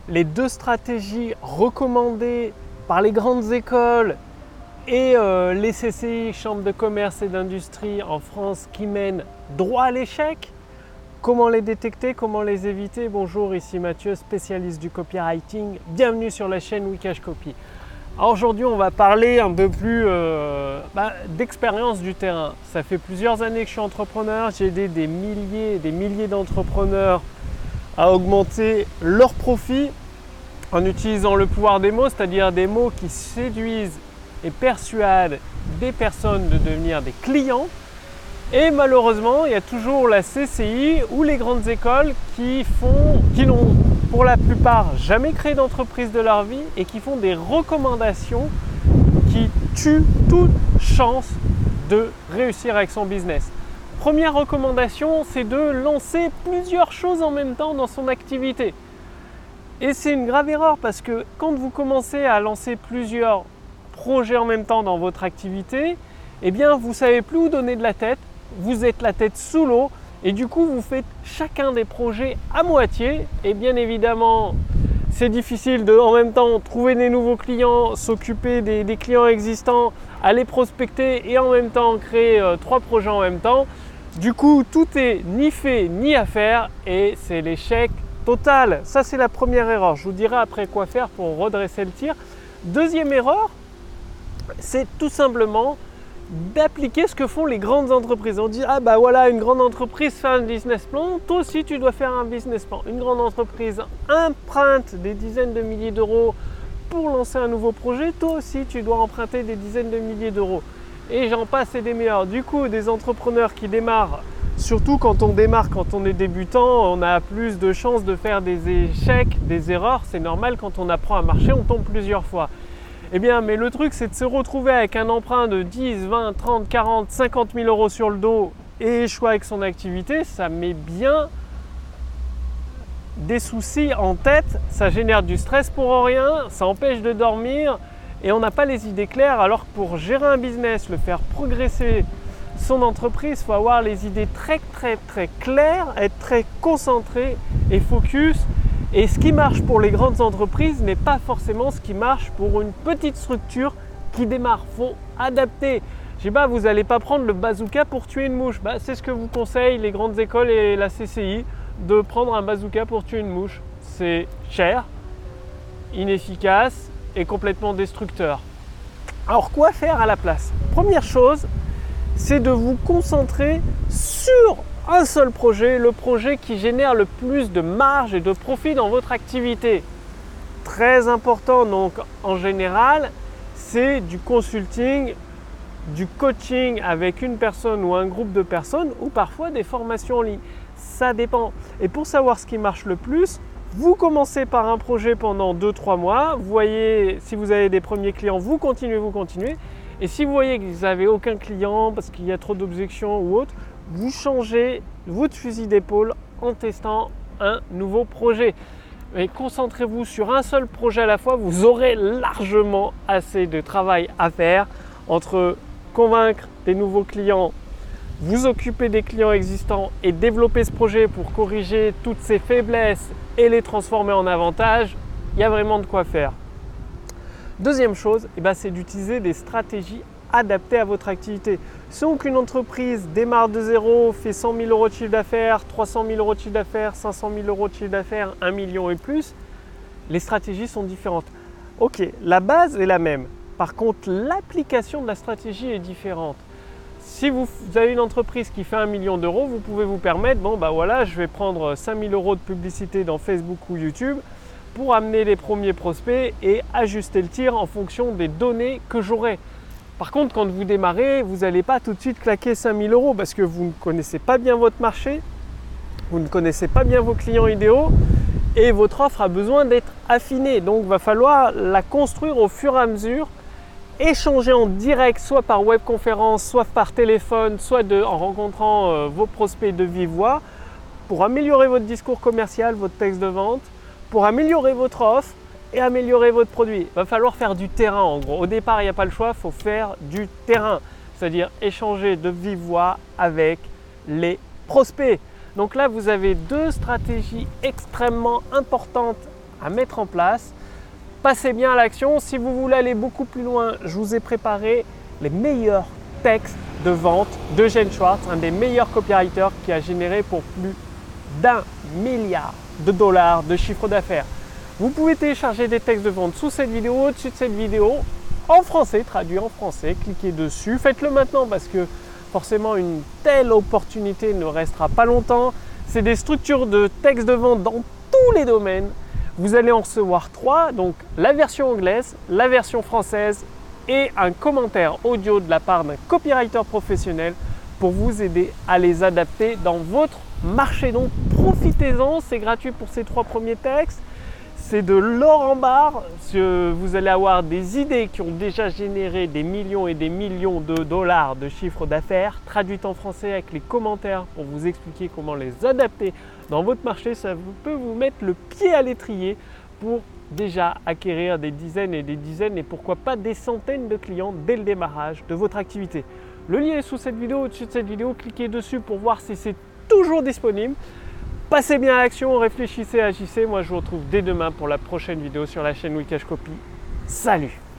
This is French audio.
les deux stratégies recommandées par les grandes écoles et les CCI, Chambres de commerce et d'industrie en France, qui mènent droit à l'échec. Comment les détecter, comment les éviter? Bonjour, ici Mathieu, spécialiste du copywriting. Bienvenue sur la chaîne Wikash Copy. Alors aujourd'hui, on va parler un peu plus d'expérience du terrain. Ça fait plusieurs années que je suis entrepreneur. J'ai aidé des milliers d'entrepreneurs à augmenter leurs profits en utilisant le pouvoir des mots, c'est-à-dire des mots qui séduisent et persuadent des personnes de devenir des clients. Et malheureusement, il y a toujours la CCI ou les grandes écoles qui n'ont pour la plupart jamais créé d'entreprise de leur vie et qui font des recommandations qui tuent toute chance de réussir avec son business. Première recommandation, c'est de lancer plusieurs choses en même temps dans son activité. Et c'est une grave erreur parce que quand vous commencez à lancer plusieurs projets en même temps dans votre activité, eh bien vous ne savez plus où donner de la tête. Vous êtes la tête sous l'eau et du coup vous faites chacun des projets à moitié et bien évidemment c'est difficile de en même temps trouver des nouveaux clients, s'occuper des clients existants, aller prospecter et en même temps créer 3 projets en même temps. Du coup tout est ni fait ni à faire et c'est l'échec total. Ça c'est la première erreur. Je vous dirai après quoi faire pour redresser le tir. Deuxième erreur, c'est tout simplement d'appliquer ce que font les grandes entreprises. On dit, ah bah voilà, une grande entreprise fait un business plan, toi aussi tu dois faire un business plan. Une grande entreprise emprunte des dizaines de milliers d'euros pour lancer un nouveau projet, toi aussi tu dois emprunter des dizaines de milliers d'euros. Et j'en passe et des meilleurs. Du coup, des entrepreneurs qui démarrent, surtout quand on démarre, quand on est débutant, on a plus de chances de faire des échecs, des erreurs. C'est normal, quand on apprend à marcher, on tombe plusieurs fois. Eh bien, mais le truc, c'est de se retrouver avec un emprunt de 10, 20, 30, 40, 50 000 euros sur le dos et échouer avec son activité, ça met bien des soucis en tête, ça génère du stress pour rien, ça empêche de dormir et on n'a pas les idées claires. Alors que pour gérer un business, le faire progresser son entreprise, il faut avoir les idées très claires, être très concentré et focus. Et ce qui marche pour les grandes entreprises n'est pas forcément ce qui marche pour une petite structure qui démarre. Il faut adapter. Je sais pas, vous n'allez pas prendre le bazooka pour tuer une mouche. C'est ce que vous conseillent les grandes écoles et la CCI, de prendre un bazooka pour tuer une mouche. C'est cher, inefficace et complètement destructeur. Alors quoi faire à la place? Première chose, c'est de vous concentrer sur un seul projet, le projet qui génère le plus de marge et de profit dans votre activité. Très important, donc en général, c'est du consulting, du coaching avec une personne ou un groupe de personnes ou parfois des formations en ligne. Ça dépend. Et pour savoir ce qui marche le plus, vous commencez par un projet pendant 2-3 mois. Vous voyez, si vous avez des premiers clients, vous continuez. Et si vous voyez que vous n'avez aucun client parce qu'il y a trop d'objections ou autre, vous changez votre fusil d'épaule en testant un nouveau projet. Mais concentrez-vous sur un seul projet à la fois, vous aurez largement assez de travail à faire entre convaincre des nouveaux clients, vous occuper des clients existants et développer ce projet pour corriger toutes ces faiblesses et les transformer en avantages. Il y a vraiment de quoi faire. Deuxième chose, c'est d'utiliser des stratégies adaptées à votre activité. Selon qu'une entreprise démarre de zéro, fait 100 000 euros de chiffre d'affaires, 300 000 euros de chiffre d'affaires, 500 000 euros de chiffre d'affaires, 1 million et plus, les stratégies sont différentes. Ok, la base est la même. Par contre, l'application de la stratégie est différente. Si vous avez une entreprise qui fait 1 million d'euros, vous pouvez vous permettre, je vais prendre 5 000 euros de publicité dans Facebook ou YouTube pour amener les premiers prospects et ajuster le tir en fonction des données que j'aurai. Par contre, quand vous démarrez, vous n'allez pas tout de suite claquer 5 000 euros parce que vous ne connaissez pas bien votre marché, vous ne connaissez pas bien vos clients idéaux et votre offre a besoin d'être affinée. Donc, il va falloir la construire au fur et à mesure, échanger en direct, soit par webconférence, soit par téléphone, soit en rencontrant vos prospects de vive voix pour améliorer votre discours commercial, votre texte de vente, pour améliorer votre offre et améliorer votre produit. Il va falloir faire du terrain en gros. Au départ, il n'y a pas le choix, il faut faire du terrain, c'est-à-dire échanger de vive voix avec les prospects. Donc là, vous avez deux stratégies extrêmement importantes à mettre en place. Passez bien à l'action. Si vous voulez aller beaucoup plus loin, je vous ai préparé les meilleurs textes de vente d'Eugène Schwartz, un des meilleurs copywriters qui a généré pour plus d'1 milliard de dollars de chiffre d'affaires. Vous pouvez télécharger des textes de vente sous cette vidéo, au-dessus de cette vidéo, en français, traduit en français. Cliquez dessus. Faites-le maintenant parce que forcément une telle opportunité ne restera pas longtemps. C'est des structures de textes de vente dans tous les domaines. Vous allez en recevoir 3, donc la version anglaise, la version française et un commentaire audio de la part d'un copywriter professionnel pour vous aider à les adapter dans votre marché. Donc profitez-en, c'est gratuit pour ces 3 premiers textes. C'est de l'or en barre. Vous allez avoir des idées qui ont déjà généré des millions et des millions de dollars de chiffre d'affaires, traduites en français avec les commentaires pour vous expliquer comment les adapter dans votre marché. Ça peut vous mettre le pied à l'étrier pour déjà acquérir des dizaines et pourquoi pas des centaines de clients dès le démarrage de votre activité. Le lien est sous cette vidéo, au-dessus de cette vidéo. Cliquez dessus pour voir si c'est toujours disponible. Passez bien à l'action, réfléchissez, agissez. Moi, je vous retrouve dès demain pour la prochaine vidéo sur la chaîne Wikash Copy. Salut!